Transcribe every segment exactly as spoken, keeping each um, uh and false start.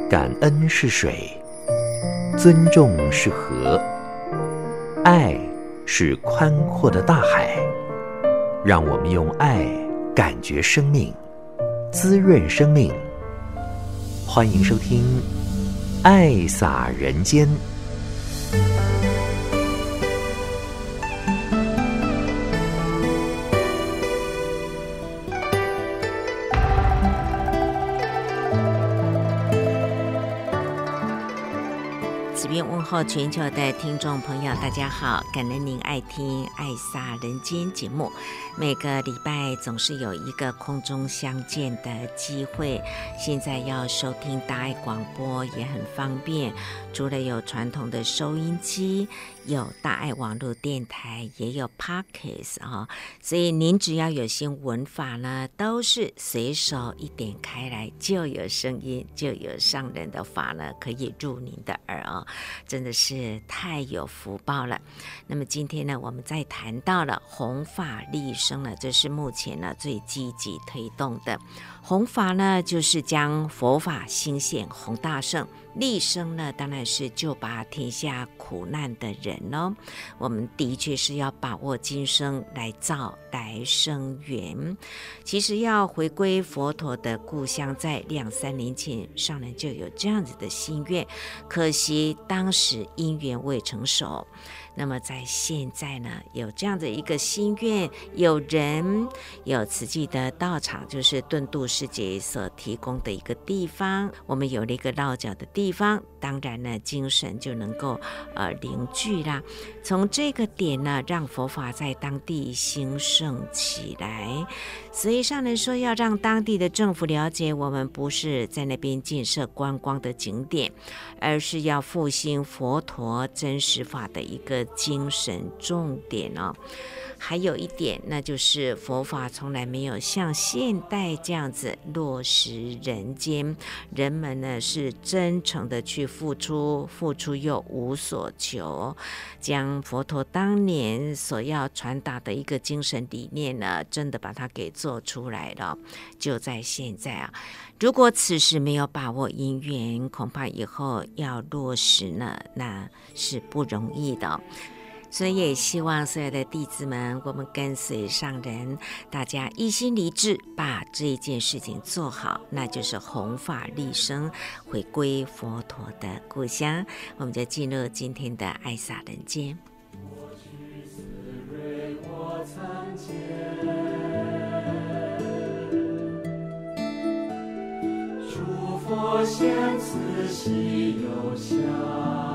感恩是水，尊重是河，爱是宽阔的大海。让我们用爱感觉生命，滋润生命。欢迎收听《爱洒人间》。 问候全球的听众朋友，大家好，感恩您爱听《爱洒人间》节目。每个礼拜总是有一个空中相见的机会，现在要收听大爱广播也很方便，除了有传统的收音机，有大爱网络电台，也有 Podcast 啊、哦，所以您只要有新文法呢，都是随手一点开来就有声音，就有上人的法呢，可以入您的耳哦。真的是太有福报了。那么今天呢，我们再谈到了弘法利生呢，这是目前呢最积极推动的。弘法呢，就是将佛法兴现弘大圣；利生呢，当然是救拔天下苦难的人哦。我们的确是要把握今生来造来生缘。其实要回归佛陀的故乡，在两三年前，上人就有这样子的心愿，可惜当时因缘未成熟。那么在现在呢，有这样的一个心愿，有人有慈济的道场，就是顿度师姐所提供的一个地方，我们有了一个落脚的地方，当然呢，精神就能够呃凝聚啦。从这个点呢，让佛法在当地兴盛起来。所以上人说，要让当地的政府了解，我们不是在那边建设观光的景点，而是要复兴佛陀真实法的一个精神重点哦。还有一点，那就是佛法从来没有像现代这样子落实人间，人们呢是真诚的去付出，付出又无所求，将佛陀当年所要传达的一个精神理念呢，真的把它给做出来了。就在现在啊，如果此时没有把握因缘，恐怕以后要落实呢，那是不容易的。所以也希望所有的弟子们，我们跟随上人，大家一心一志，把这一件事情做好，那就是弘法利生，回归佛陀的故乡。我们就进入今天的爱洒人间。 我去思瑞我参见，诸佛现此稀有相，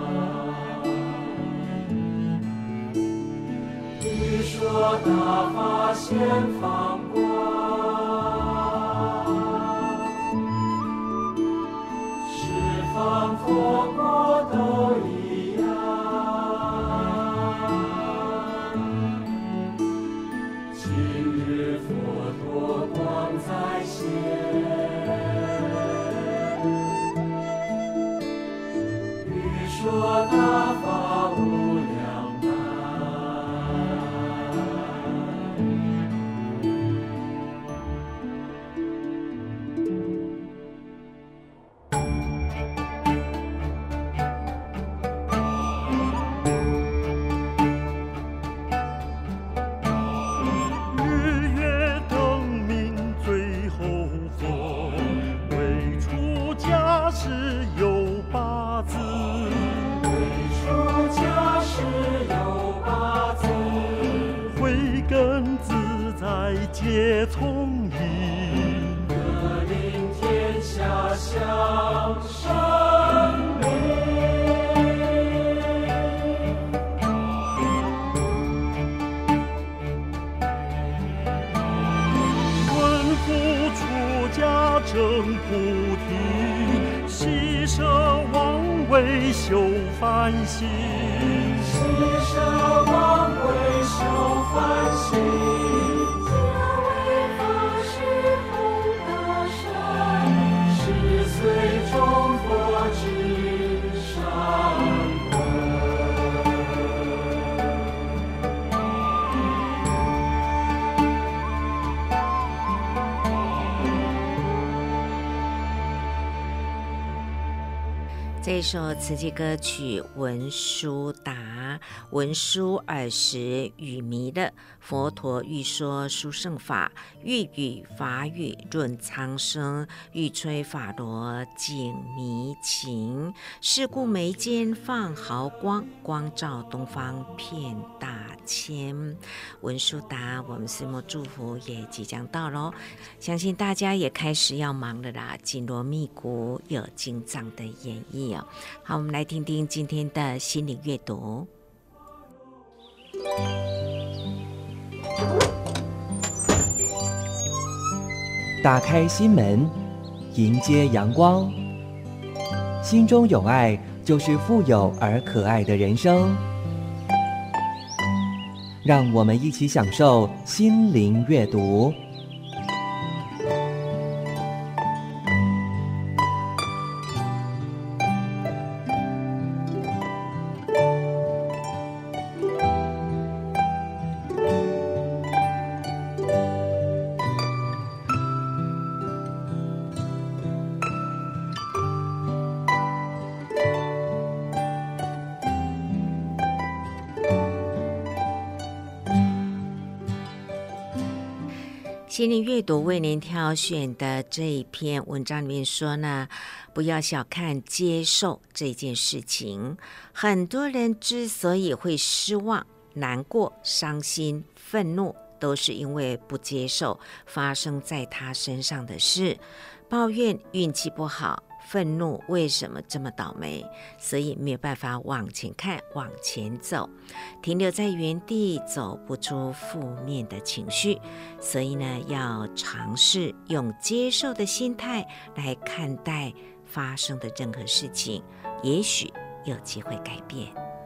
欲说大法现放光，十方佛国都一样，今日佛陀光在现，欲说大法无量皆从因，得令天下相生美。闻父出家证菩提，悉舍妄为修梵行，悉舍妄为修梵行。随众佛之上这一首词记歌曲文殊达，文殊尔时语弥勒，佛陀欲说殊胜法，欲语法语润苍生，欲吹法螺净迷情。是故眉间放毫光，光照东方遍大千。文殊达，我们岁末祝福也即将到咯，相信大家也开始要忙了啦，紧锣密鼓有精藏的演绎哦。好，我们来听听今天的心理阅读。 打开心门，迎接阳光。心中有爱，就是富有而可爱的人生。让我们一起享受心灵阅读。 心灵阅读为您挑选的这一篇文章里面说呢，不要小看接受这件事情。很多人之所以会失望、难过、伤心、愤怒，都是因为不接受发生在他身上的事，抱怨运气不好，愤怒为什么这么倒霉，所以没有办法往前看，往前走，停留在原地，走不出负面的情绪。所以呢，要尝试用接受的心态来看待发生的任何事情，也许有机会改变。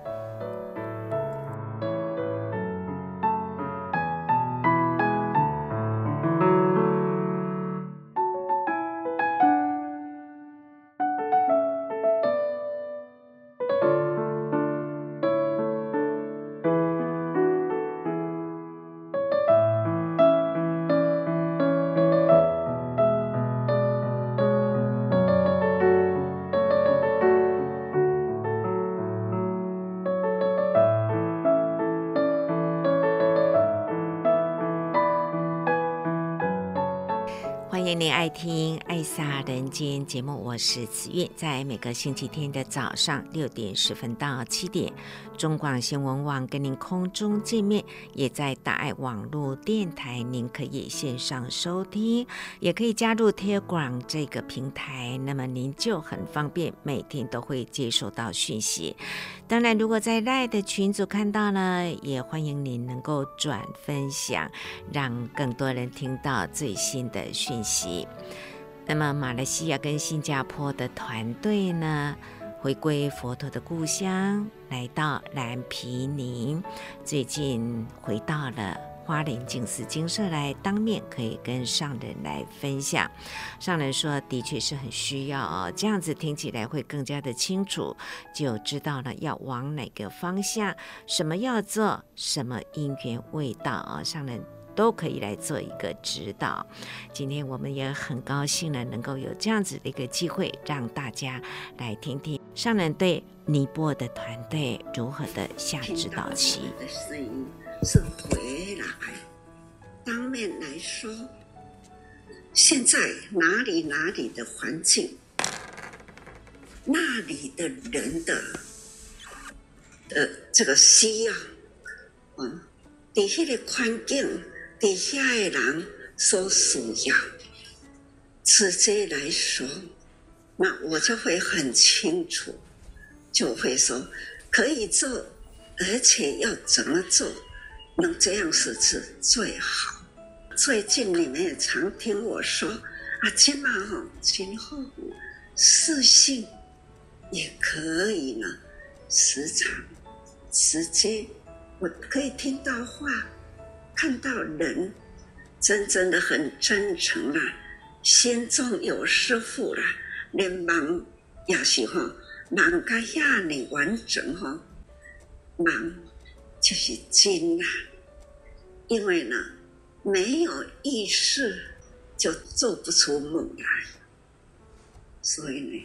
欢迎您爱听爱撒人间节目，我是慈韵，在每个星期天的早上六点十分到七点，中广新闻网跟您空中见面，也在大爱网络电台，您可以线上收听，也可以加入 Telegram 这个平台，那么您就很方便，每天都会接收到讯息。当然，如果在 LINE 的群组看到呢，也欢迎您能够转分享，让更多人听到最新的讯息。那么，马来西亚跟新加坡的团队呢，回归佛陀的故乡，来到蓝毗尼，最近回到了花莲净思精舍来当面可以跟上人来分享。上人说的确是很需要哦，这样子听起来会更加的清楚，就知道了要往哪个方向，什么要做，什么因缘未到啊、哦，上人都可以来做一个指导。今天我们也很高兴呢，能够有这样子的一个机会，让大家来听听上人对尼泊尔的团队如何的下指导棋。 听到的声音是回来当面来说，现在哪里哪里的环境，那里的人的的这个需要，嗯，在那个环境，在那的人所需要，直接来说，那我就会很清楚，就会说可以做，而且要怎么做，能这样是是最好。最近你们也常听我说啊，今嘛吼，今后视讯也可以呢，时常直接我可以听到话，看到人，真正的很真诚啦，心中有师父啦，连忙也是吼，人家遐尼完整吼，忙就是真啦，因为呢。没有意识就做不出梦来，所以呢，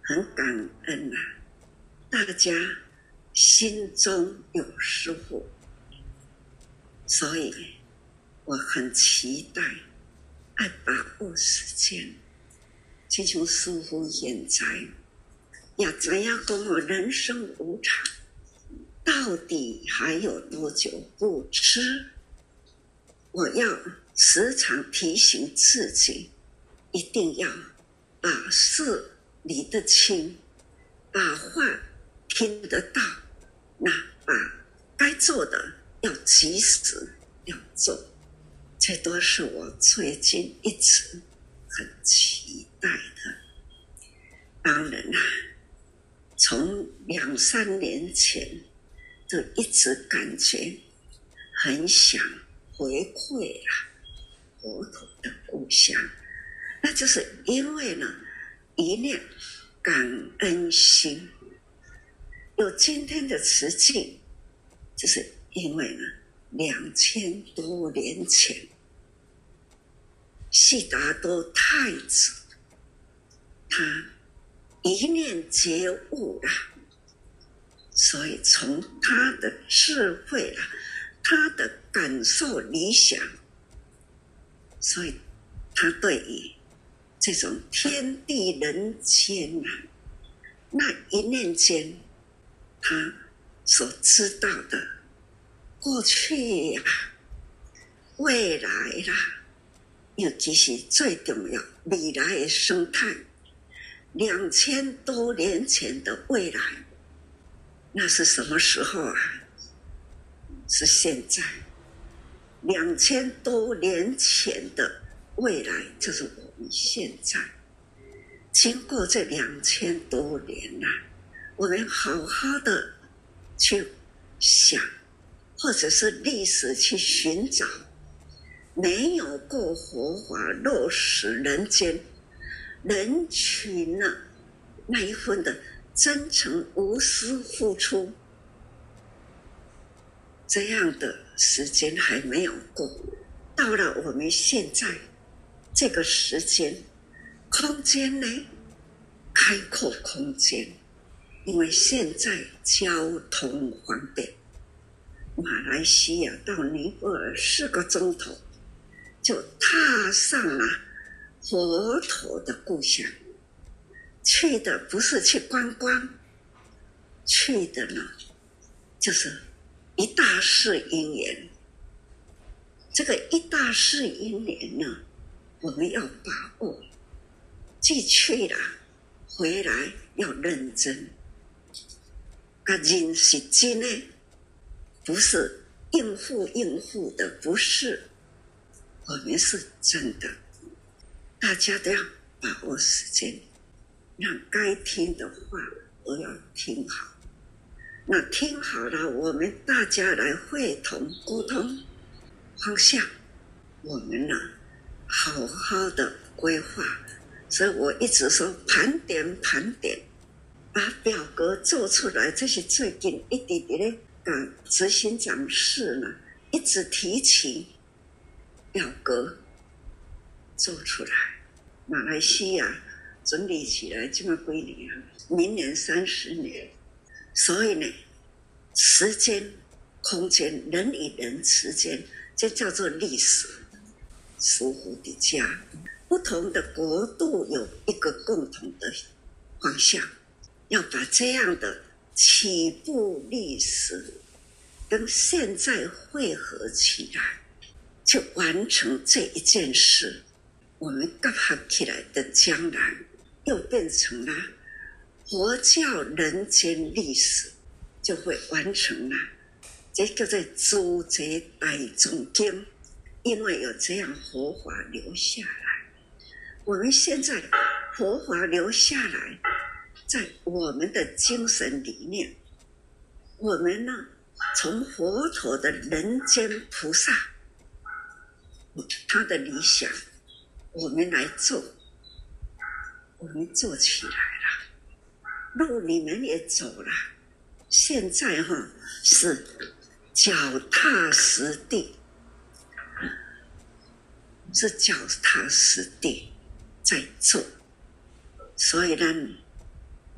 很感恩啊，大家心中有师父，所以我很期待，爱把握时间。就像师父现在也知影讲我人生无常，到底还有多久不知？我要时常提醒自己，一定要把事理得清，把话听得到，那把该做的要及时要做，这都是我最近一直很期待的。当然啦、啊，从两三年前就一直感觉很想回馈啦佛陀的故乡，那就是因为呢一念感恩心，有今天的慈济，就是因为呢两千多年前悉达多太子他一念觉悟啦，所以从他的智慧啦，他的感受理想，所以他对于这种天地人间啊，那一念间他所知道的过去呀、啊、未来啦，尤其是最重要未来的生态，两千多年前的未来，那是什么时候啊？是现在。两千多年前的未来就是我们现在。经过这两千多年啊，我们好好的去想，或者是历史去寻找，没有过佛法落实人间人群呢、啊、那一份的真诚无私付出，这样的时间还没有过。到了我们现在这个时间空间呢，开阔空间，因为现在交通方便，马来西亚到尼泊尔四个钟头就踏上了佛陀的故乡。去的不是去观光，去的呢就是一大世因缘。这个一大世因缘呢，我们要把握，既去了回来要认真。啊，人是真的，不是应付应付的，不是，我们是真的。大家都要把握时间，让该听的话都要听好。那听好了，我们大家来会同沟通方向，我们呢好好的规划。所以我一直说盘点盘点，把表格做出来。这是最近一直在咧跟执行长室呢一直提起表格做出来。马来西亚整理起来这么几年啊，明年三十年。所以呢，时间、空间、人与人之间，这叫做历史。师父的家，不同的国度有一个共同的方向，要把这样的起步历史跟现在汇合起来，去完成这一件事。我们结合起来的将来，又变成了佛教人间历史，就会完成了。这叫做诸劫大众经，因为有这样佛法留下来。我们现在佛法留下来，在我们的精神里面，我们呢从佛陀的人间菩萨他的理想，我们来做，我们做起来了，路你们也走了。现在哈是脚踏实地，是脚踏实地在做。所以呢，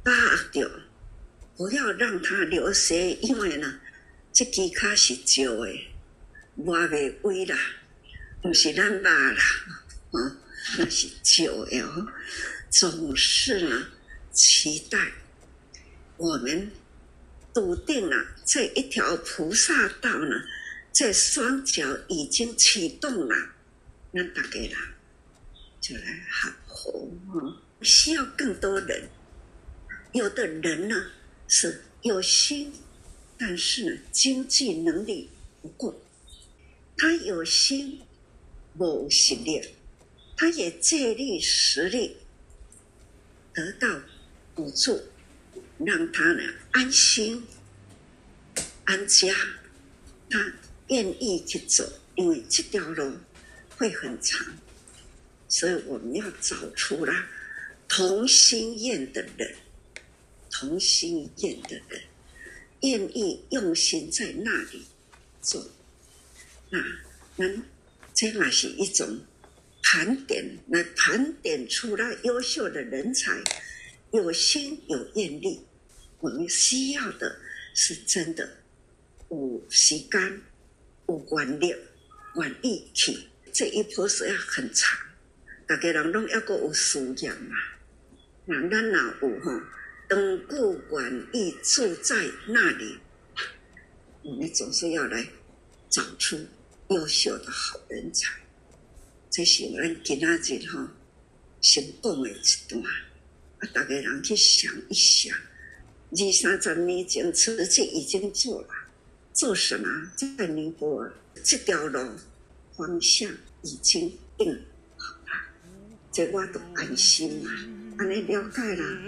把握着，不要让它流失，因为呢，这支卡是石的，磨袂微啦，不是咱肉啦，哦，那是石的哦。总是呢，期待我们笃定了这一条菩萨道呢，这双脚已经启动了，咱大家啦就来合伙哦。需要更多人，有的人呢是有心，但是呢经济能力不够，他有心没实力，他也借力使力得到补助，让他呢安心安家，他愿意去走，因为这条路会很长，所以我们要找出啦同心愿的人，同心愿的人愿意用心在那里做，那咱这嘛是一种盘点，来盘点出来优秀的人才，有心有愿力。我们需要的是真的有时间、有愿力、愿意去。这一波是要很长，大家人拢要个有事业嘛。那咱若有吼，长久愿意住在那里，我们总是要来找出优秀的好人才。这是咱今仔日吼成功的一段，啊，大家人去想一想，二三十年前慈济已经做了，做什么？在尼泊尔这条路方向已经定好了，这我都安心啦，安尼了解啦。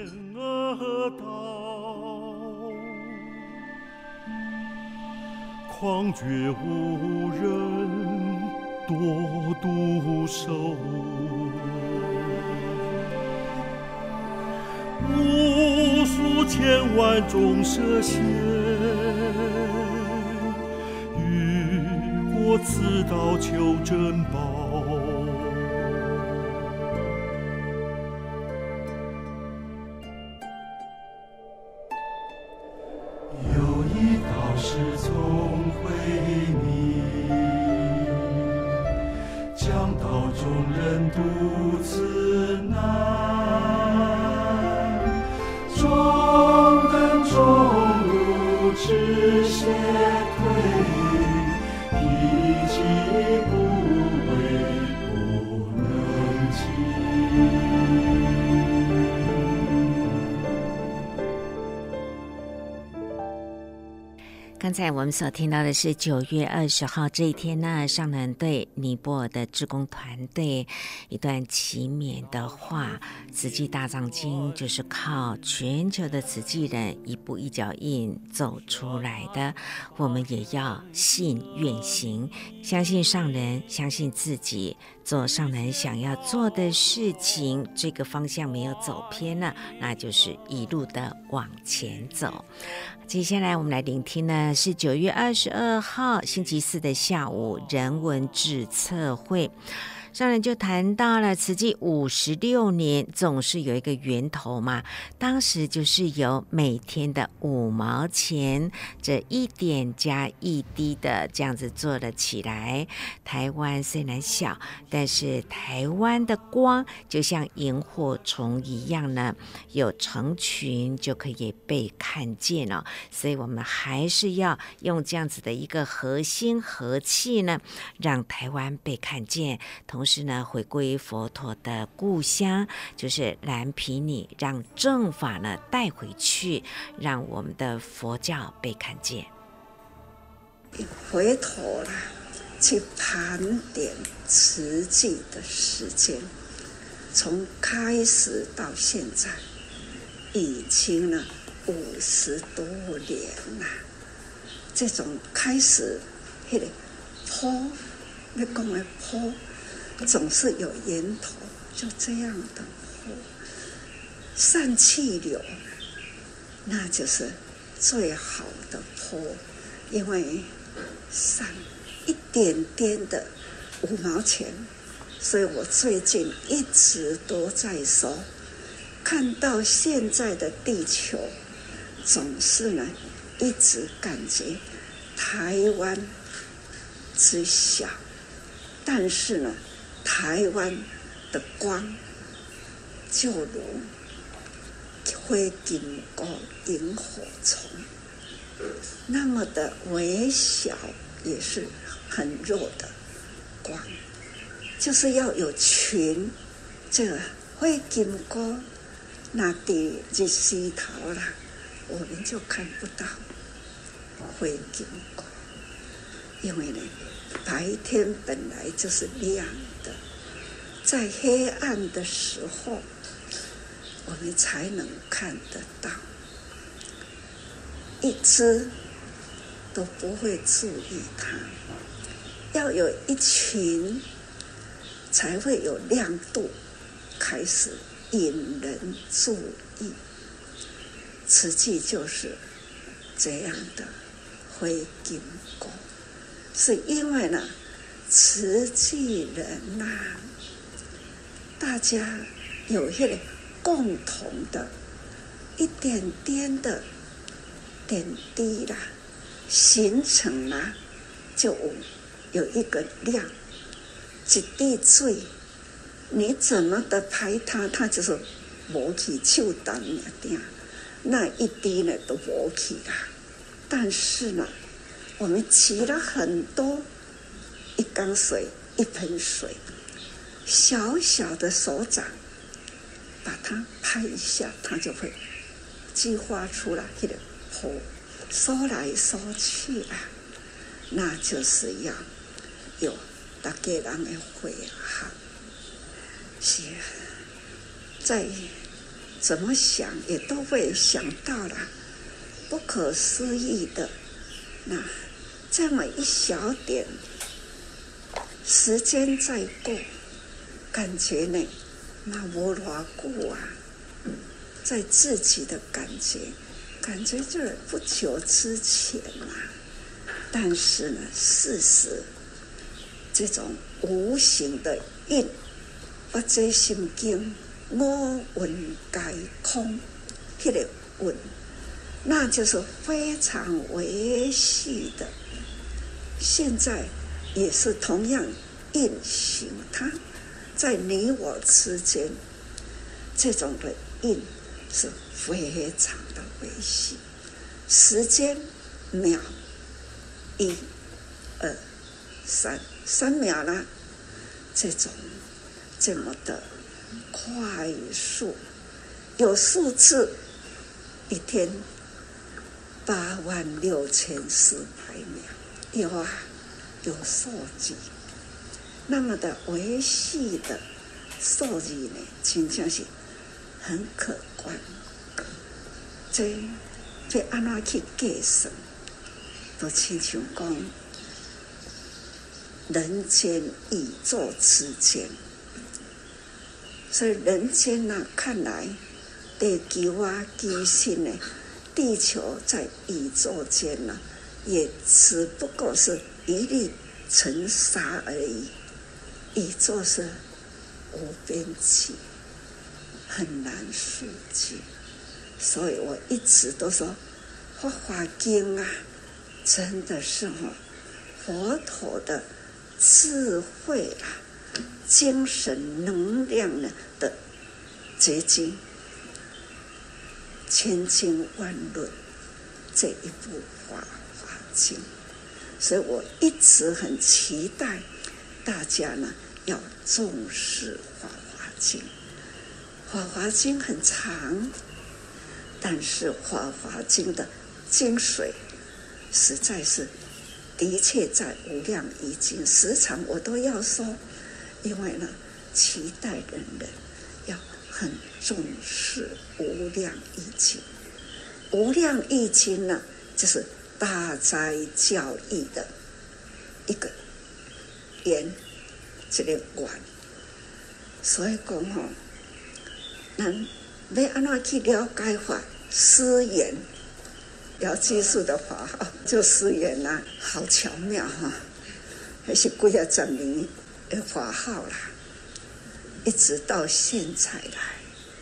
况觉无人多独守，无数千万众舍仙，欲过此道求珍宝。有一道是从回觅，将道中人独自难，壮胆中路止血退，一击不为不能及。 刚才我们所听到的是九月二十号这一天呢，上人对尼泊尔的志工团队一段祈勉的话。慈济大藏经就是靠全球的慈济人一步一脚印走出来的，我们也要信愿行，相信上人，相信自己，做上人想要做的事情，这个方向没有走偏了，那就是一路的往前走。接下来我们来聆听呢，是九月二十二号星期四的下午人文志测会。上人就谈到了慈济五十六年总是有一个源头嘛，当时就是由每天的五毛钱这一点加一滴的这样子做了起来。台湾虽然小，但是台湾的光就像萤火虫一样呢，有成群就可以被看见哦。所以我们还是要用这样子的一个核心和气呢，让台湾被看见，同时呢回归佛陀的故乡，就是蓝毗尼，让正法呢带回去，让我们的佛教被看见。 回头啦，去盘点慈济的时间，从开始到现在，已经呢五十多年了。这种开始，那个坡，要讲的坡，总是有源头，就这样的坡，善气流，那就是最好的坡，因为善一点点的五毛钱，所以我最近一直都在说， 看到现在的地球，总是呢一直感觉台湾之小，但是呢台湾的光就如花金菇萤火虫，那么的微小，也是很弱的光，就是要有群，这个花金菇那地日西头啦，我们就看不到花金菇，因为呢白天本来就是亮的，在黑暗的时候我们才能看得到，一只都不会注意它，要有一群才会有亮度，开始引人注意。慈济就是这样的花金菇，是因为呢慈济人呐、啊，大家有一个共同的一点点的点滴啦，形成啦，就有一个量，一滴水，你怎么的排它，它就是无去手动尔定，那一滴呢都无去啦。但是呢，我们起了很多一缸水、一盆水，小小的手掌，把它拍一下，它就会激发出来那个火，收来收去啊，那就是要有大家人的会好。是啊，再怎么想也都会想到了不可思议的，那这么一小点时间再过，感觉呢那无偌久啊，在自己的感觉感觉就是不久之前啊，但是呢事实这种无形的印，我这心经五蕴皆空，那个蕴，那就是非常微细的，现在也是同样印行它在你我之间，这种的印是非常的微细，时间秒一二三三秒啦，这种这么的快速，有数字，一天八万六千四百秒，有啊，有数据，那么的微细的数字呢，真正是很可观。这这安怎去计算？都亲像讲，人间宇宙之间。所以人间呐、啊，看来地球啊，其实呢，地球在宇宙间呢、啊，也只不过是一粒尘沙而已。宇宙是无边际，很难数计。所以我一直都说，《法华经》啊，真的是哈、哦，佛陀的智慧啊。精神能量呢的结晶，千经万论这一部《法华经》，所以我一直很期待大家呢要重视《法华经》。《法华经》很长，但是《法华经》的精髓实在是的确在无量易经，时常我都要说。因为呢，期待人人要很重视无量易经。无量易经呢，就是大哉教义的一个言，这个观。所以讲吼、哦，咱要安怎去了解法？思言，了技术的法号就思言啦、啊，好巧妙哈、哦，还是几啊十年。的法号啦，一直到现在来，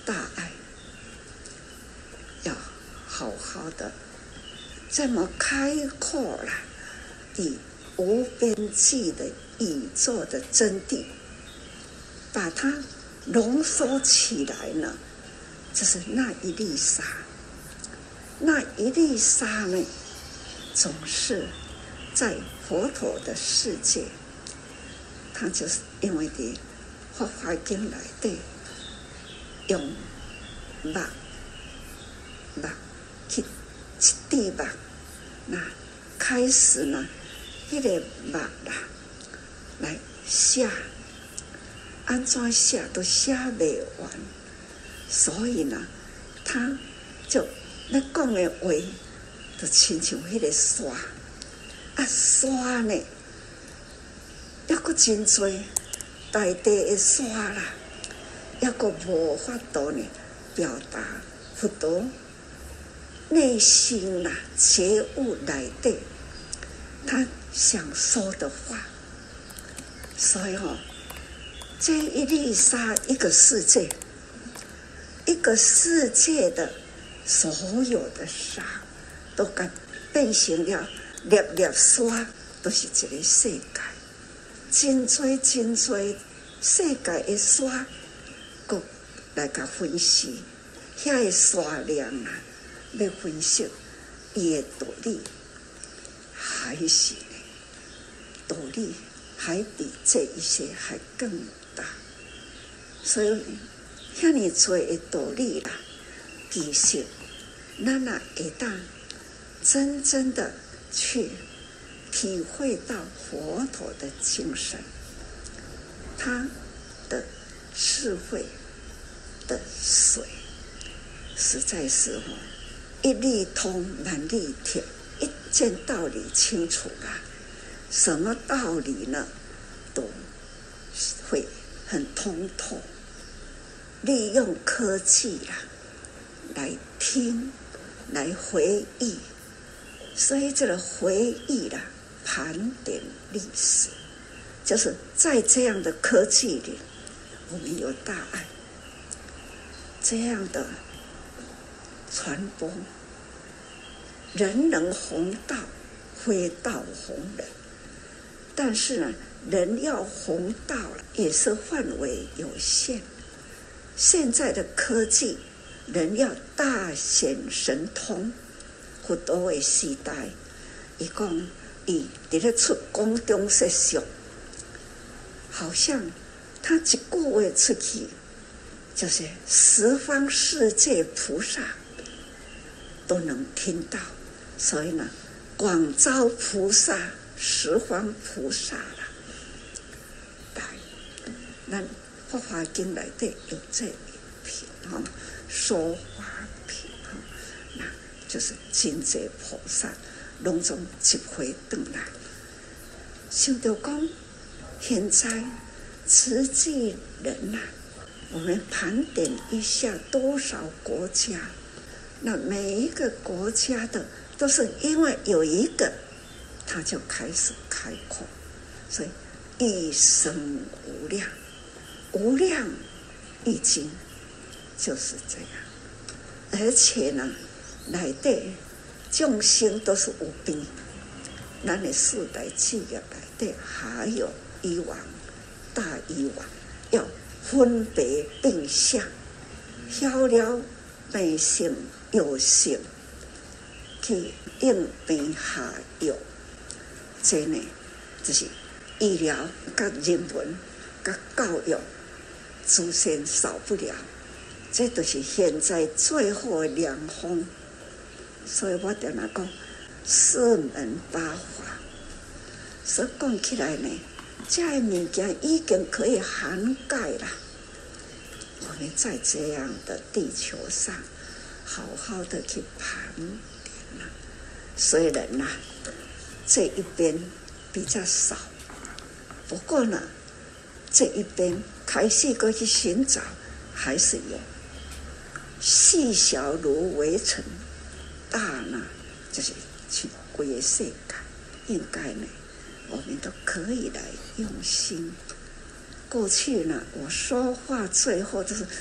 大爱，要好好的这么开阔了以无边际的宇宙的真谛，把它浓缩起来呢，就是那一粒沙。那一粒沙呢，总是在佛陀的世界，它就是因为在《法华经》内底用目目去一滴目，那开始呢，迄、那个目啦来写，安怎写都写袂完，所以呢，他就那讲的话，就亲像迄个沙，啊沙呢，抑阁真多大地的沙啦，抑阁无法度呢表达佛陀内心啦觉悟内底他想说的话，所以哦，这一粒沙，一个世界，一个世界的所有的沙，都甲变成了粒粒沙，都是一个世界。真多真多世界的沙，佮来甲分析，遐个沙量啊，要分析伊的道理，还是呢？道理还比这一些还更大，所以遐尼多的道理啦，其实咱若会当真正的去体会到佛陀的精神，他的智慧的水，实在是哦，一粒通万粒铁，一件道理清楚啦。什么道理呢？都会很通透。利用科技啦，来听，来回忆。所以这个回忆啦，盘点历史，就是在这样的科技里，我们有大爱，这样的传播，人能弘道，非道弘人。但是呢，人要弘道也是范围有限。现在的科技，人要大显神通，佛陀的时代，伊讲伊伫咧出宫中说相，好像他一句话出去，就是十方世界菩萨都能听到。所以呢，广招菩萨。十方菩萨啦，来，咱《法华经》内底有这一品哈，说法品哈，那就是真济菩萨拢总一回转来，想到讲，现在慈济人呐、啊，我们盘点一下多少国家，那每一个国家的都是因为有一个。他就开始开阔，所以一生无量，无量易经就是这样。而且呢，内底众生都是有病，咱的四代企业内底还有医王、大医王，要分别病相，晓了病性有性，去应病下药。这呢，就是医疗、跟人文、跟教育，诸先少不了。这都是现在最好的良方。所以我常常讲四门八法。所以讲起来呢，这些物件已经可以涵盖了。我们在这样的地球上，好好的去盘点了。虽然呐、啊。这一边比较少，不过呢，这一边开始过去寻找，还是有。细小如微尘，大呢就是去规个世界，应该呢，我们都可以来用心。过去呢，我说话最后都是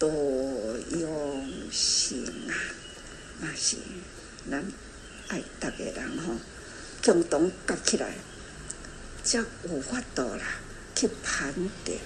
多用心啊，嘛是咱爱逐个人吼，共同夹起来，才有法度啦去盘点。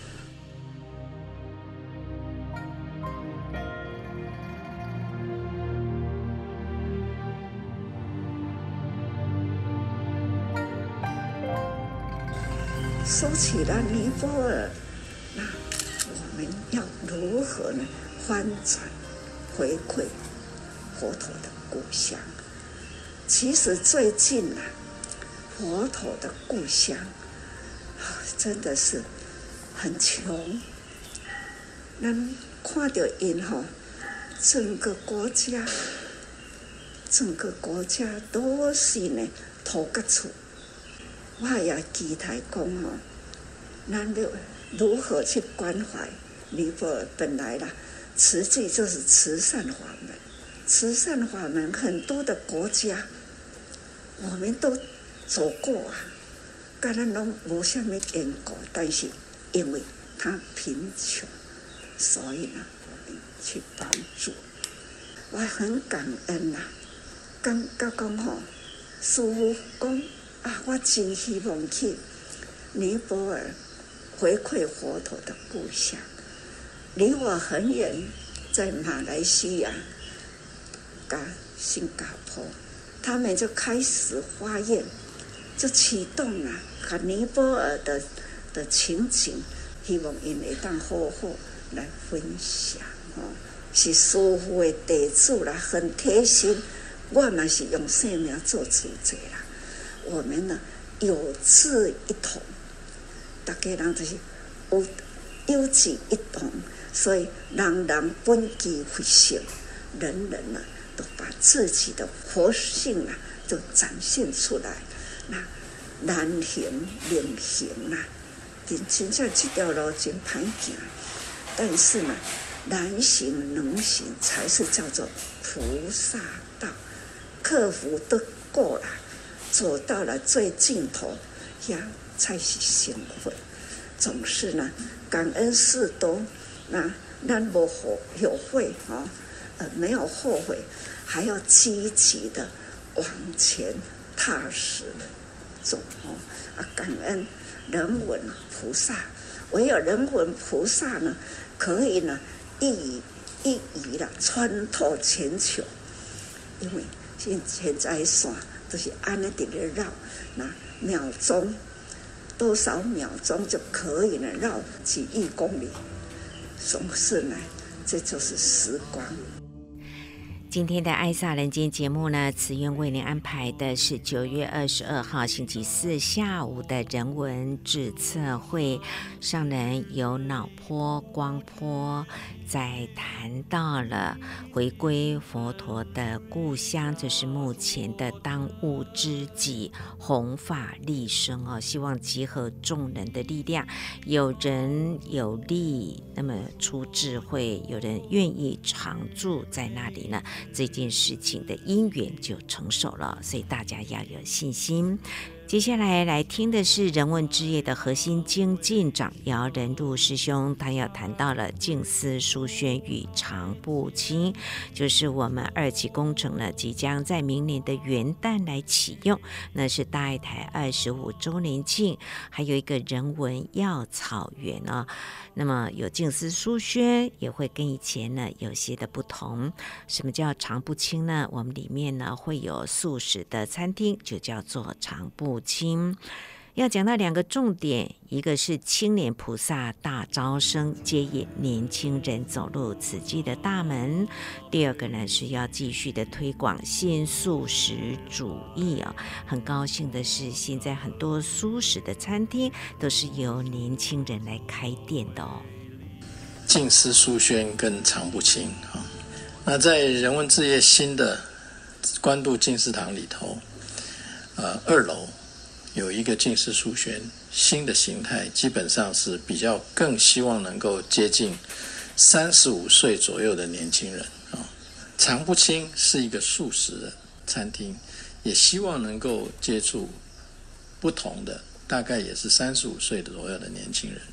说起了尼泊尔，那我们要如何呢翻转回馈佛陀的故乡？其实最近啊，佛陀的故乡真的是很穷。咱看到因吼，整个国家，整个国家都是呢土甲厝。我也期待讲吼，咱要如何去关怀尼泊尔？本来啦，慈济就是慈善法门，慈善法门很多的国家，我们都走过啊，跟咱拢无什么缘故，但是因为他贫穷，所以呢，我们去帮助。我很感恩呐、啊，感觉讲吼，师父讲。啊，我真希望去尼泊尔回馈佛陀的故乡，离我很远，在马来西亚、跟新加坡，他们就开始发愿，就启动了和尼泊尔的的情景，希望因会当好好来分享哦。是师父的弟子啦，很贴心，我嘛是用生命做主者啦。我们呢有志一同，大家人就是有有志一同，所以人人本具佛性，人人呢都把自己的佛性啊都展现出来。那难行能行啊，真真正这条路真歹行，但是呢，难行能行才是叫做菩萨道，克服得过了。走到了最尽头，呀，才是幸福。总是呢，感恩事多，那咱无后有悔哦，呃，没有后悔，还要积极的往前踏实的走哦。啊，感恩人文菩萨，唯有人文菩萨呢，可以呢一语一语的穿透全球，因为现现在说。就是按那点的绕，那秒钟多少秒钟就可以呢绕几亿公里，总是呢，这就是时光。 今天的《爱撒人间》节目呢，慈院为您安排的是九月二十二号星期四下午的人文志测会，上人有脑波、光波，在谈到了回归佛陀的故乡，这是目前的当务之急，弘法利生哦，希望集合众人的力量，有人有力，那么出智慧，有人愿意常住在那里呢，这件事情的因缘就成熟了，所以大家要有信心。接下来来听的是人文之夜的核心精进长姚仁禄师兄，他要谈到了静思书轩与常不轻，就是我们二期工程呢即将在明年的元旦来启用，那是大爱台二十五周年庆，还有一个人文药草园哦。那么有静思书轩也会跟以前呢有些的不同。什么叫常不轻呢？我们里面呢会有素食的餐厅，就叫做常不轻。要讲到两个重点，一个是青年菩萨大招生，接引年轻人走入慈济的大门；第二个呢是要继续的推广新素食主义啊、哦。很高兴的是，现在很多素食的餐厅都是由年轻人来开店的哦。 静思书轩跟常不轻啊，那在人文志业新的关渡静思堂里头，呃，二楼。有一个静思书轩新的形态，基本上是比较更希望能够接近三十五岁左右的年轻人啊。常不轻是一个素食的餐厅，也希望能够接触不同的，大概也是三十五岁左右的年轻人。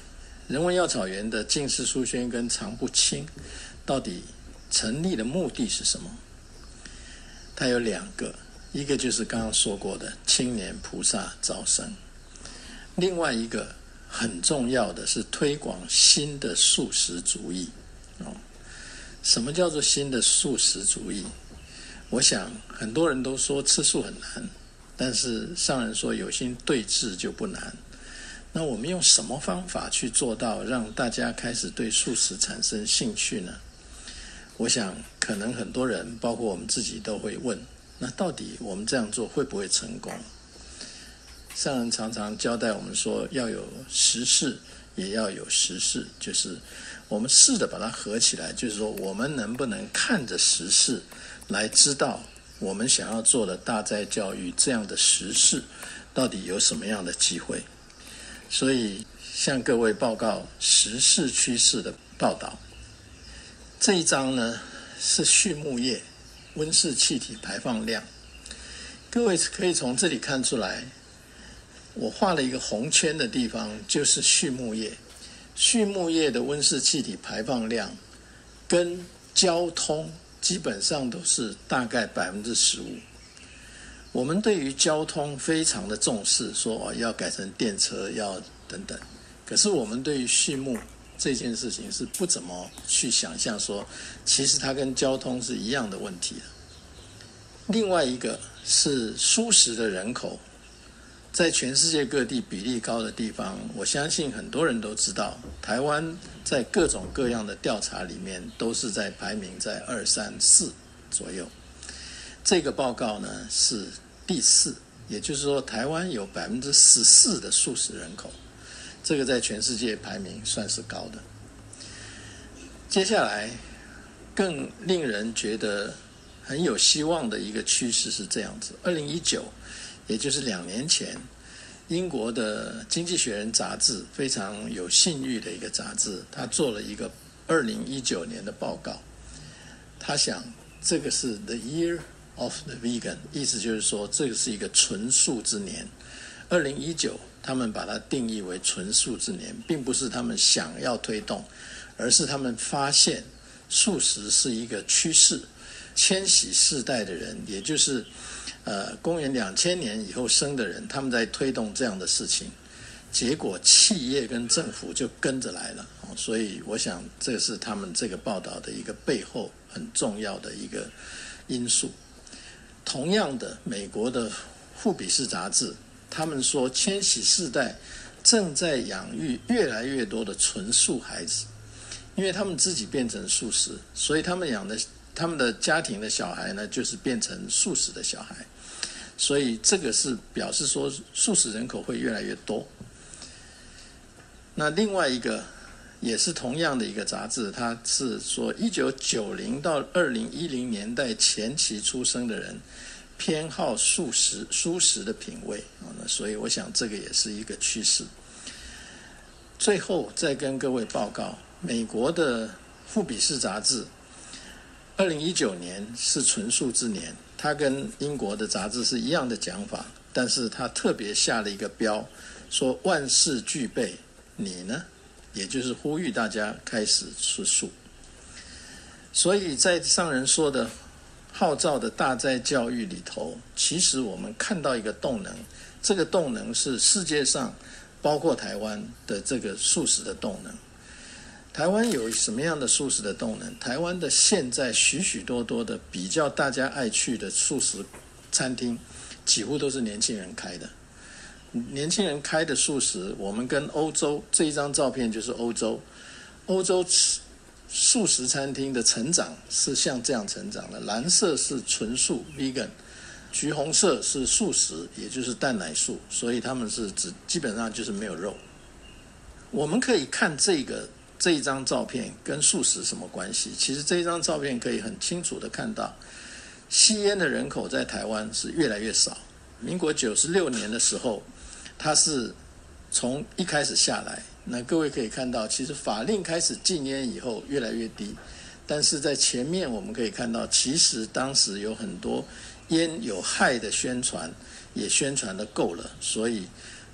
人文药草园的净思书轩跟常不轻到底成立的目的是什么？它有两个，一个就是刚刚说过的青年菩萨招生，另外一个很重要的是推广新的素食主义。哦，什么叫做新的素食主义？我想很多人都说吃素很难，但是上人说有心对治就不难。那我们用什么方法去做到让大家开始对素食产生兴趣呢？我想可能很多人包括我们自己都会问，那到底我们这样做会不会成功？上人常常交代我们说要有实事也要有时事，就是我们试着把它合起来，就是说我们能不能看着时事来知道我们想要做的大斋教育这样的时事到底有什么样的机会。所以向各位报告时事趋势的报道。这一章呢是畜牧业温室气体排放量，各位可以从这里看出来，我画了一个红圈的地方就是畜牧业。畜牧业的温室气体排放量跟交通基本上都是大概 百分之十五。 我们对于交通非常的重视，说、哦、要改成电车要等等，可是我们对于畜牧这件事情是不怎么去想象说其实它跟交通是一样的问题的。另外一个是蔬食的人口，在全世界各地比例高的地方，我相信很多人都知道，台湾在各种各样的调查里面都是在排名在二三四左右。这个报告呢是第四，也就是说台湾有 百分之十四 的素食人口，这个在全世界排名算是高的。接下来更令人觉得很有希望的一个趋势是这样子，二零一九也就是两年前，英国的经济学人杂志非常有信誉的一个杂志，他做了一个二零一九年的报告，他想这个是 the year of the vegan， 意思就是说这个是一个纯素之年。二零一九他们把它定义为纯素之年，并不是他们想要推动，而是他们发现素食是一个趋势，千禧世代的人，也就是呃公元两千年以后生的人，他们在推动这样的事情，结果企业跟政府就跟着来了。所以我想这是他们这个报道的一个背后很重要的一个因素。同样的，美国的富比士杂志他们说千禧世代正在养育越来越多的纯素孩子，因为他们自己变成素食，所以他们养的他们的家庭的小孩呢就是变成素食的小孩，所以这个是表示说素食人口会越来越多。那另外一个也是同样的一个杂志，它是说一九九零到二零一零年代前期出生的人偏好素食蔬食的品味，所以我想这个也是一个趋势。最后再跟各位报告，美国的富比士杂志二零一九年是纯素之年，它跟英国的杂志是一样的讲法，但是它特别下了一个标，说万事俱备，你呢？也就是呼吁大家开始吃素。所以在上人说的号召的大斋教育里头，其实我们看到一个动能，这个动能是世界上包括台湾的这个素食的动能。台湾有什么样的素食的动能？台湾的现在许许多多的比较大家爱去的素食餐厅，几乎都是年轻人开的。年轻人开的素食，我们跟欧洲，这一张照片就是欧洲，欧洲素食餐厅的成长是像这样成长的，蓝色是纯素 vegan， 橘红色是素食，也就是蛋奶素，所以他们是指基本上就是没有肉。我们可以看这个这一张照片跟素食什么关系？其实这一张照片可以很清楚的看到，吸烟的人口在台湾是越来越少。民国九十六年的时候，它是从一开始下来，那各位可以看到，其实法令开始禁烟以后越来越低，但是在前面我们可以看到，其实当时有很多烟有害的宣传，也宣传的够了，所以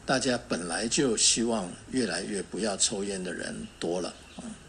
大家本来就希望越来越不要抽烟的人多了。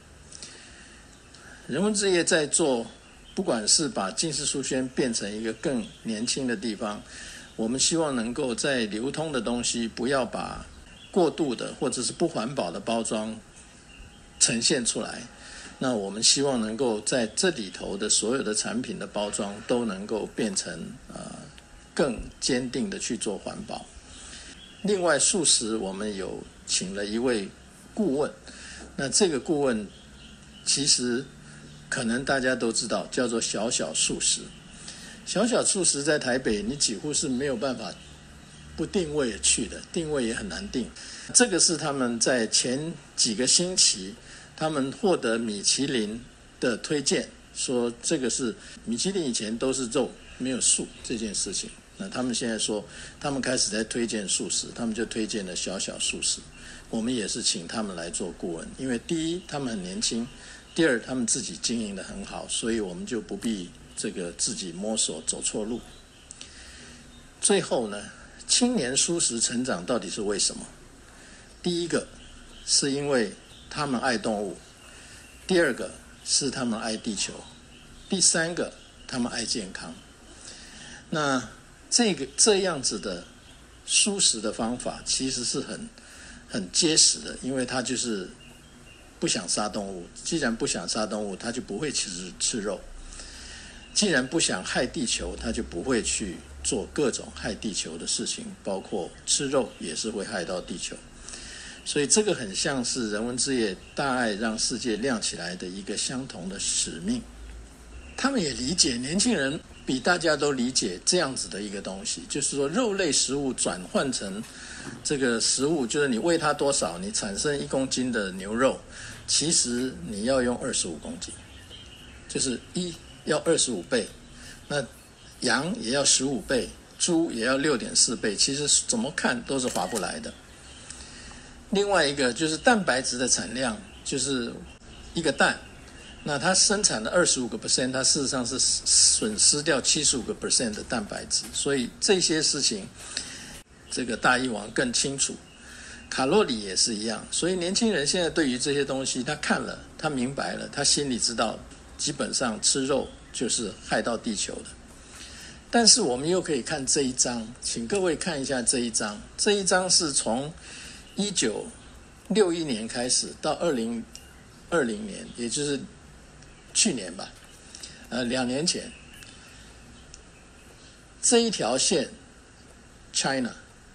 人文之夜在做，不管是把净式书轩变成一个更年轻的地方，我们希望能够在流通的东西不要把过度的或者是不环保的包装呈现出来。那我们希望能够在这里头的所有的产品的包装都能够变成呃更坚定的去做环保。另外素食我们有请了一位顾问，那这个顾问其实可能大家都知道，叫做小小素食。小小素食在台北你几乎是没有办法不定位去的，定位也很难定。这个是他们在前几个星期他们获得米其林的推荐，说这个是米其林以前都是肉没有素这件事情，那他们现在说他们开始在推荐素食，他们就推荐了小小素食。我们也是请他们来做顾问，因为第一他们很年轻，第二他们自己经营得很好，所以我们就不必这个自己摸索走错路。最后呢，青年素食成长到底是为什么？第一个是因为他们爱动物，第二个是他们爱地球，第三个他们爱健康。那这个这样子的素食的方法其实是很很结实的，因为他就是不想杀动物，既然不想杀动物，他就不会吃吃肉；既然不想害地球，他就不会去做各种害地球的事情，包括吃肉也是会害到地球。所以这个很像是人文之夜大爱让世界亮起来的一个相同的使命。他们也理解，年轻人比大家都理解这样子的一个东西，就是说肉类食物转换成这个食物，就是你喂它多少，你产生一公斤的牛肉，其实你要用二十五公斤，就是一要二十五倍，那羊也要十五倍，猪也要六点四倍，其实怎么看都是划不来的。另外一个就是蛋白质的产量，就是一个蛋，那它生产的 百分之二十五， 它事实上是损失掉 百分之七十五 的蛋白质，所以这些事情这个大医王更清楚。卡路里也是一样，所以年轻人现在对于这些东西他看了，他明白了，他心里知道基本上吃肉就是害到地球的。但是我们又可以看这一章，请各位看一下这一章，这一章是从一九六一年开始到二零二零年，也就是去年吧，呃，两年前，这一条线 China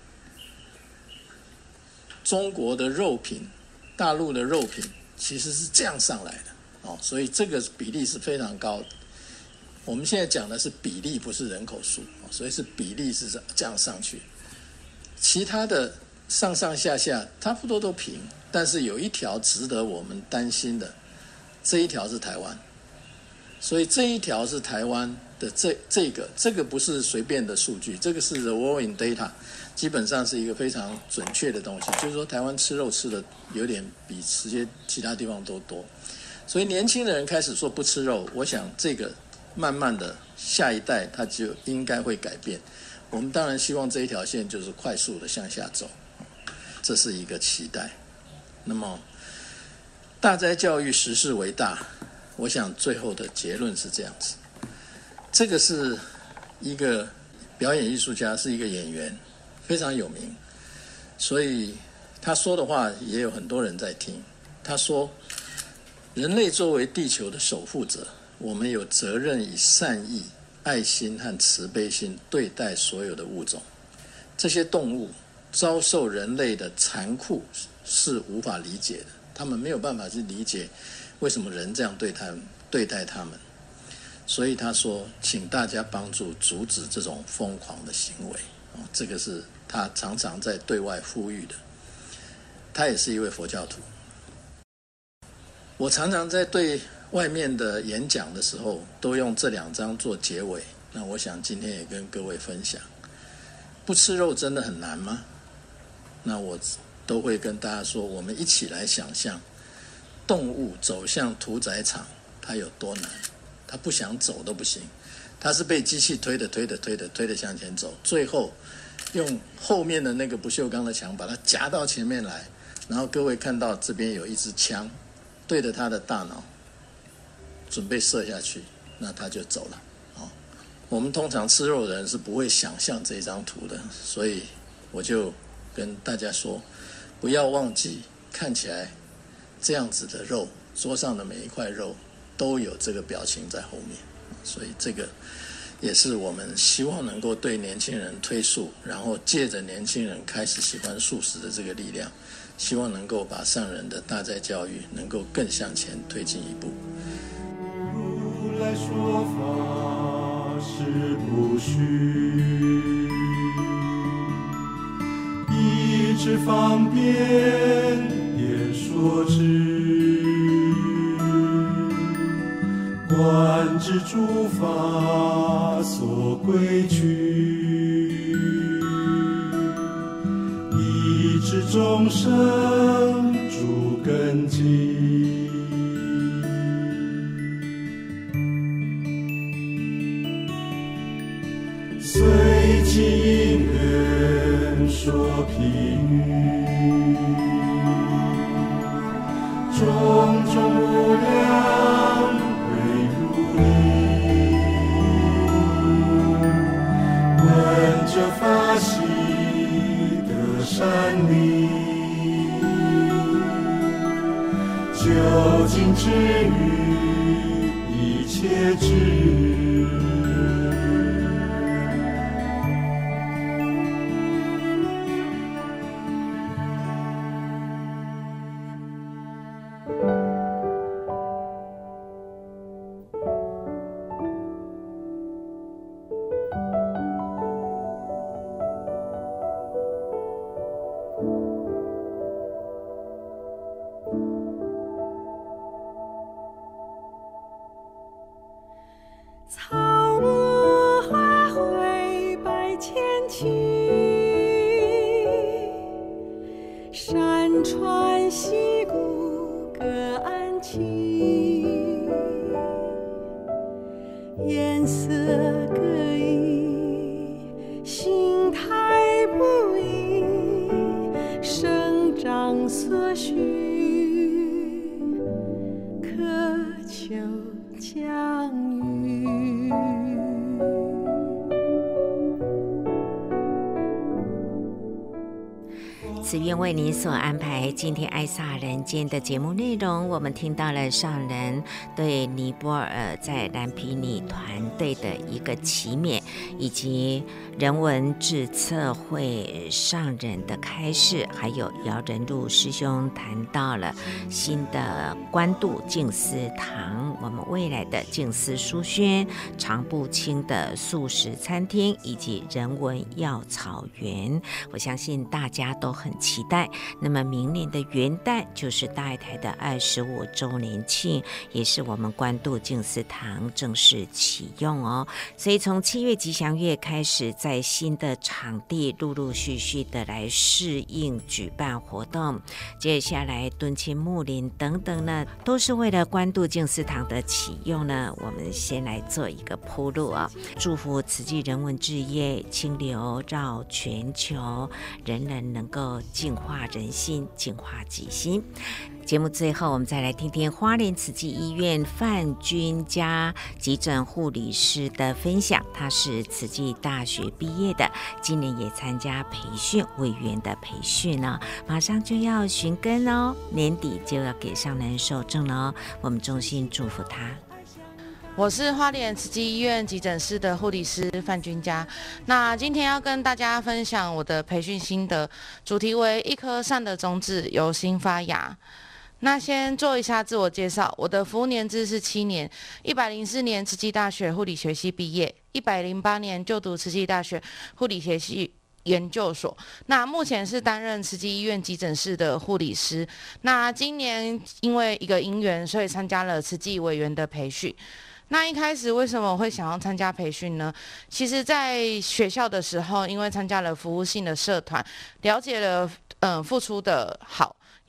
中国的肉品，大陆的肉品其实是这样上来的哦，所以这个比例是非常高的。我们现在讲的是比例，不是人口数，所以是比例是这样上去。其他的上上下下差不多都平，但是有一条值得我们担心的，这一条是台湾，所以这一条是台湾的这这个这个不是随便的数据，这个是 The World in Data， 基本上是一个非常准确的东西，就是说台湾吃肉吃的有点比这些其他地方都多，所以年轻的人开始说不吃肉，我想这个慢慢的下一代他就应该会改变。我们当然希望这一条线就是快速的向下走，这是一个期待。那么大哉教育时势为大，我想最后的结论是这样子。这个是一个表演艺术家，是一个演员，非常有名，所以他说的话也有很多人在听。他说，人类作为地球的守护者，我们有责任以善意、爱心和慈悲心对待所有的物种。这些动物遭受人类的残酷是无法理解的，他们没有办法去理解为什么人这样对他们对待他们。所以他说，请大家帮助阻止这种疯狂的行为。这个是他常常在对外呼吁的。他也是一位佛教徒。我常常在对外面的演讲的时候，都用这两章做结尾。那我想今天也跟各位分享，不吃肉真的很难吗？那我都会跟大家说，我们一起来想象，动物走向屠宰场，它有多难？它不想走都不行，它是被机器推的、推的、推的、推的向前走，最后用后面的那个不锈钢的墙把它夹到前面来，然后各位看到这边有一支枪对着他的大脑准备射下去，那他就走了。哦，我们通常吃肉的人是不会想象这张图的，所以我就跟大家说，不要忘记看起来这样子的肉，桌上的每一块肉都有这个表情在后面，所以这个也是我们希望能够对年轻人推素，然后借着年轻人开始喜欢素食的这个力量，希望能够把上人的大斋教育能够更向前推进一步。 如来说法是不虚，一指方便也说之，观之诸法所归去，一指众生诸根基。随其因缘说譬喻，种种无量为如理，闻者发喜得善利，究竟之语一切之草木花卉百千顷，山川溪谷各安栖，颜色各异，形态不一，生长所需，渴求降雨。 慈愿为您所安排今天爱撒人间的节目内容，我们听到了上人对尼泊尔在蓝毗尼团队的一个祈勉，以及人文志测会上人的开示，还有姚仁禄师兄谈到了新的关渡静思堂，我们未来的静思书轩、常不清的素食餐厅以及人文药草园，我相信大家都很期待。那么明年的元旦就是大爱台的二十五周年庆，也是我们关渡静思堂正式启用哦。所以从七月吉祥月开始，在新的场地陆陆续续的来适应举办活动，接下来敦亲睦邻等等呢，都是为了关渡静思堂的启用呢，我们先来做一个铺路啊。祝福慈济人文志业清流绕全球，人人能够净化人心，净化己心。节目最后，我们再来听听花莲慈济医院范君佳急诊护理师的分享。他是慈济大学毕业的，今年也参加培训委员的培训呢，马上就要寻根哦，年底就要给上人受证了哦。我们衷心祝福他。 我是花莲慈济医院急诊室的护理师范君佳。那今天要跟大家分享我的培训心得，主题为一颗善的种子由心发芽。那先做一下自我介绍，我的服务年资是七年，一百零四年慈济大学护理学系毕业，一百零八年就读慈济大学护理学系研究所。那目前是担任慈济医院急诊室的护理师。那今年因为一个因缘，所以参加了慈济委员的培训。那一开始为什么会想要参加培训呢？其实在学校的时候，因为参加了服务性的社团，了解了嗯付出的好，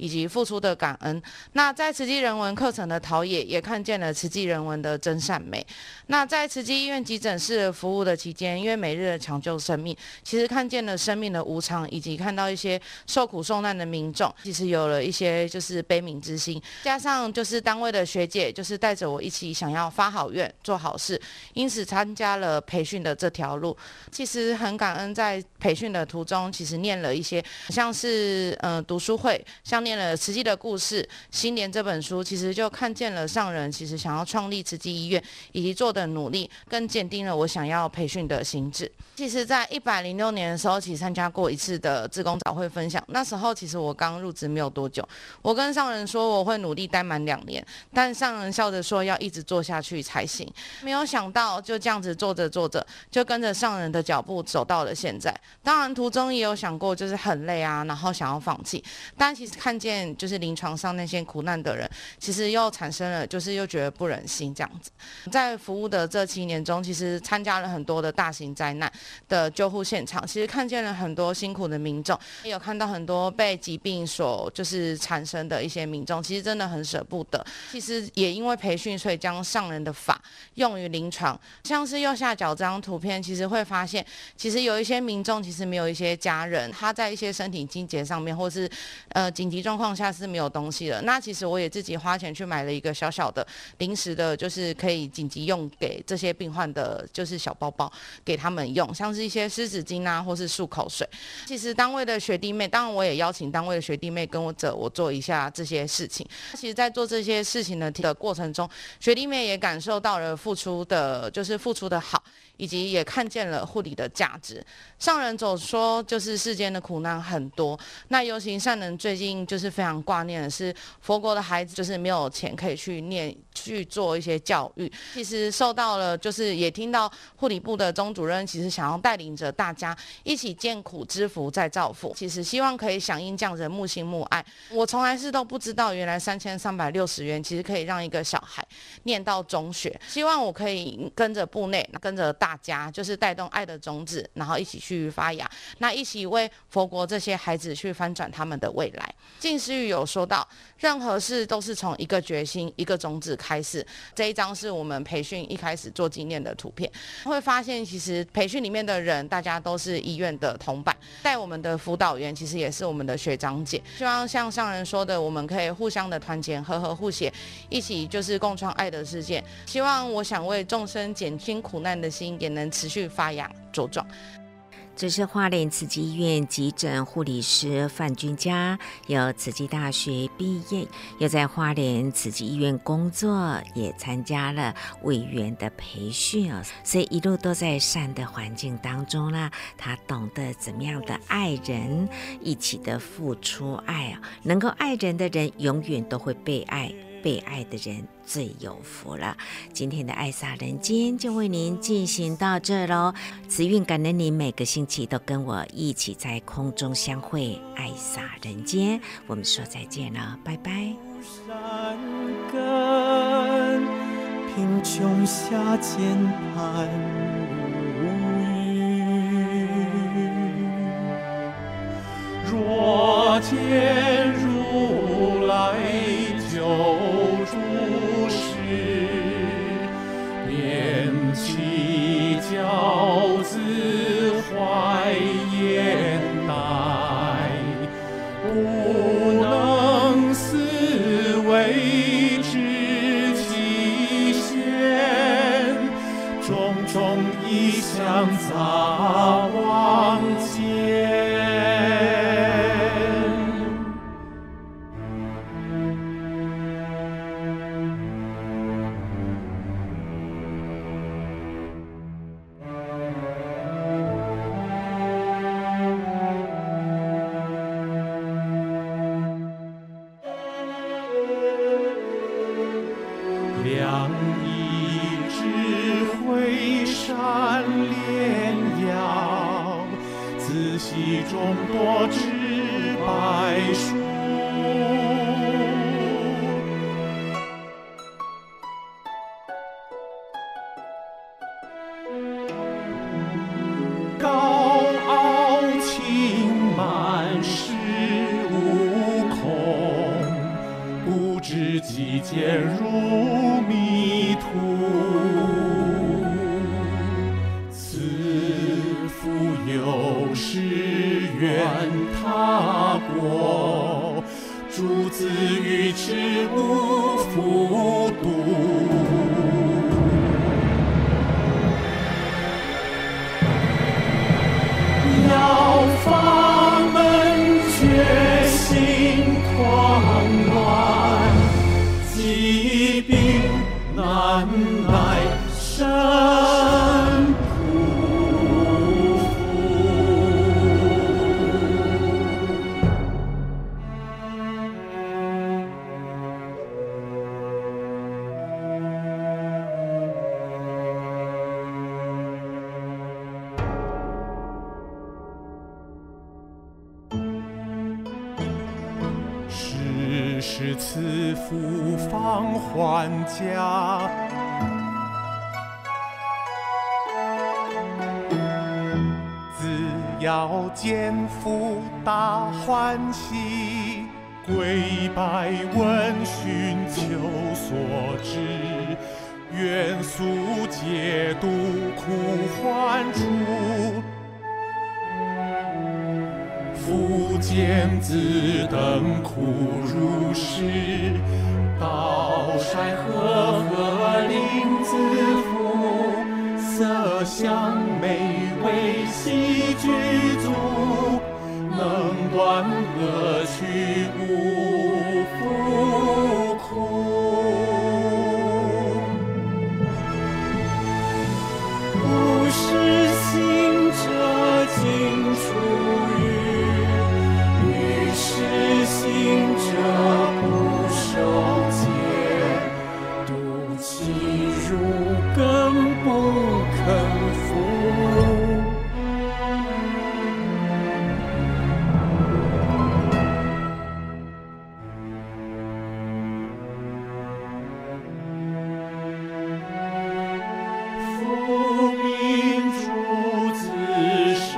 以及付出的感恩。那在慈济人文课程的陶冶，也看见了慈济人文的真善美。那在慈济医院急诊室服务的期间，因为每日的抢救生命，其实看见了生命的无常，以及看到一些受苦受难的民众，其实有了一些就是悲悯之心。加上就是单位的学姐，就是带着我一起想要发好愿、做好事，因此参加了培训的这条路。其实很感恩，在培训的途中，其实念了一些像是呃读书会，像念了慈济的故事、心莲这本书，其实就看见了上人其实想要创立慈济医院以及做的努力，更坚定了我想要培训的心智。其实在一百零六年的时候，其实参加过一次的志工早会分享，那时候其实我刚入职没有多久，我跟上人说我会努力待满两年，但上人笑着说要一直做下去才行。没有想到就这样子做着做着，就跟着上人的脚步走到了现在。当然途中也有想过就是很累啊，然后想要放弃，但其实看见就是临床上那些苦难的人，其实又产生了就是又觉得不忍心这样子。在服务的这七年中，其实参加了很多的大型灾难的救护现场，其实看见了很多辛苦的民众，也有看到很多被疾病所就是产生的一些民众，其实真的很舍不得。其实也因为培训，所以将上人的法用于临床。像是右下角这张图片，其实会发现，其实有一些民众其实没有一些家人，他在一些身体经节上面，或是呃紧急状况下是没有东西的。那其实我也自己花钱去买了一个小小的临时的，就是可以紧急用给这些病患的，就是小包包给他们用，像是一些湿纸巾啊，或是漱口水。其实单位的学弟妹，当然我也邀请单位的学弟妹跟我着我做一下这些事情。其实在做这些事情的的过程中，学弟妹也感受到了付出的，就是付出的好，以及也看见了护理的价值。上人总说，就是世间的苦难很多，那尤其上人最近就是非常挂念的是佛国的孩子，就是没有钱可以去念去做一些教育。其实受到了，就是也听到护理部的钟主任，其实想要带领着大家一起见苦知福再造福。其实希望可以响应这样子的木心木爱。我从来是都不知道，原来三千三百六十元其实可以让一个小孩念到中学。希望我可以跟着部内，跟着大家，就是带动爱的种子，然后一起去发芽，那一起为佛国这些孩子去翻转他们的未来。静思语有说到，任何事都是从一个决心、一个种子开始。这一张是我们培训一开始做纪念的图片，会发现其实培训里面的人，大家都是医院的同伴，带我们的辅导员其实也是我们的学长姐。希望像上人说的，我们可以互相的团结，和和互协，一起就是共创爱的世界。希望我想为众生减轻苦难的心，也能持续发扬茁壮。 这是花莲慈济医院急诊护理师范君佳，有慈济大学毕业，又在花莲慈济医院工作，也参加了委员的培训哦，所以一路都在善的环境当中啦。他懂得怎么样的爱人，一起的付出爱啊，能够爱人的人永远都会被爱。被爱的人最有福了。今天的爱洒人间就为您进行到这咯。慈运感恩您每个星期都跟我一起在空中相会，爱洒人间，我们说再见了，拜拜。 山根贫穷下键盘无语，若见如来救助时，便起教子怀眼待，不能思维知其限，种种异象杂妄间。良医智慧善炼药，自细中多知百数。高傲轻慢实无空。 陷入迷途。此父有时愿他国，诸子愚痴无复读。要发门决心狂乱，疾病难耐身匍匐。时时赐福方还家，自要见父大欢喜，跪拜问询求所知，愿速解毒苦患除。复见子等苦如是，道山河河林子福，色香美味悉具足，能断恶趣无复苦。不是行者尽出于是行者不受戒，毒气入根不肯服。复命诸子舍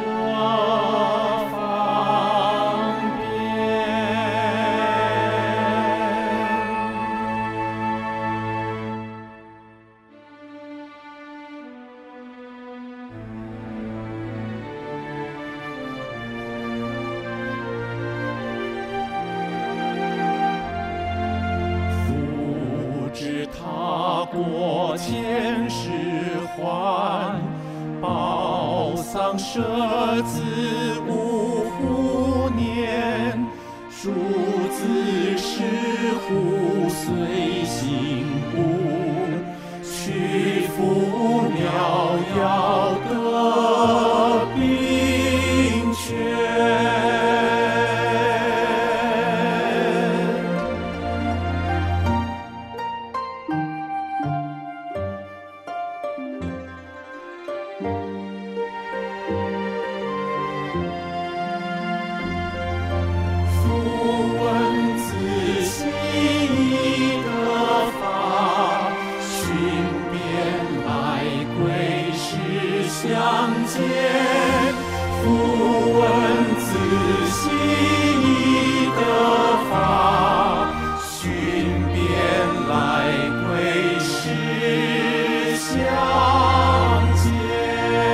过千世还，报丧舍子五虎年，庶子食虎随行步，去父苗要得兵权。相见，复问子细意得法，寻遍来归时相见。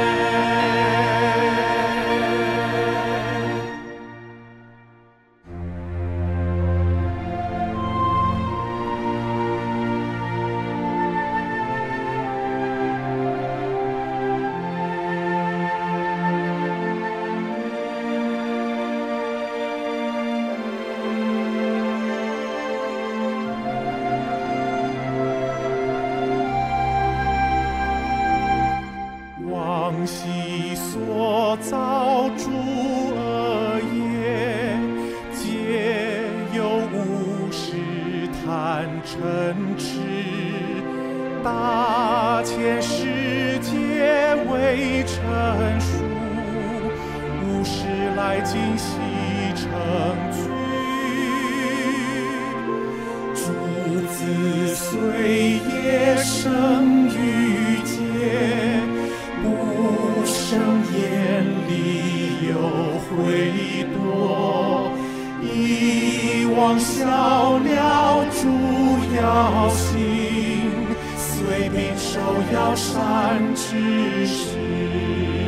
往昔所造诸恶业，皆由无始贪嗔痴，大千世界未成熟，无始来今悉成具。诸子虽也生于劫，不生眼里有悔多，以往消了诸挑衅，虽秉守要善之事。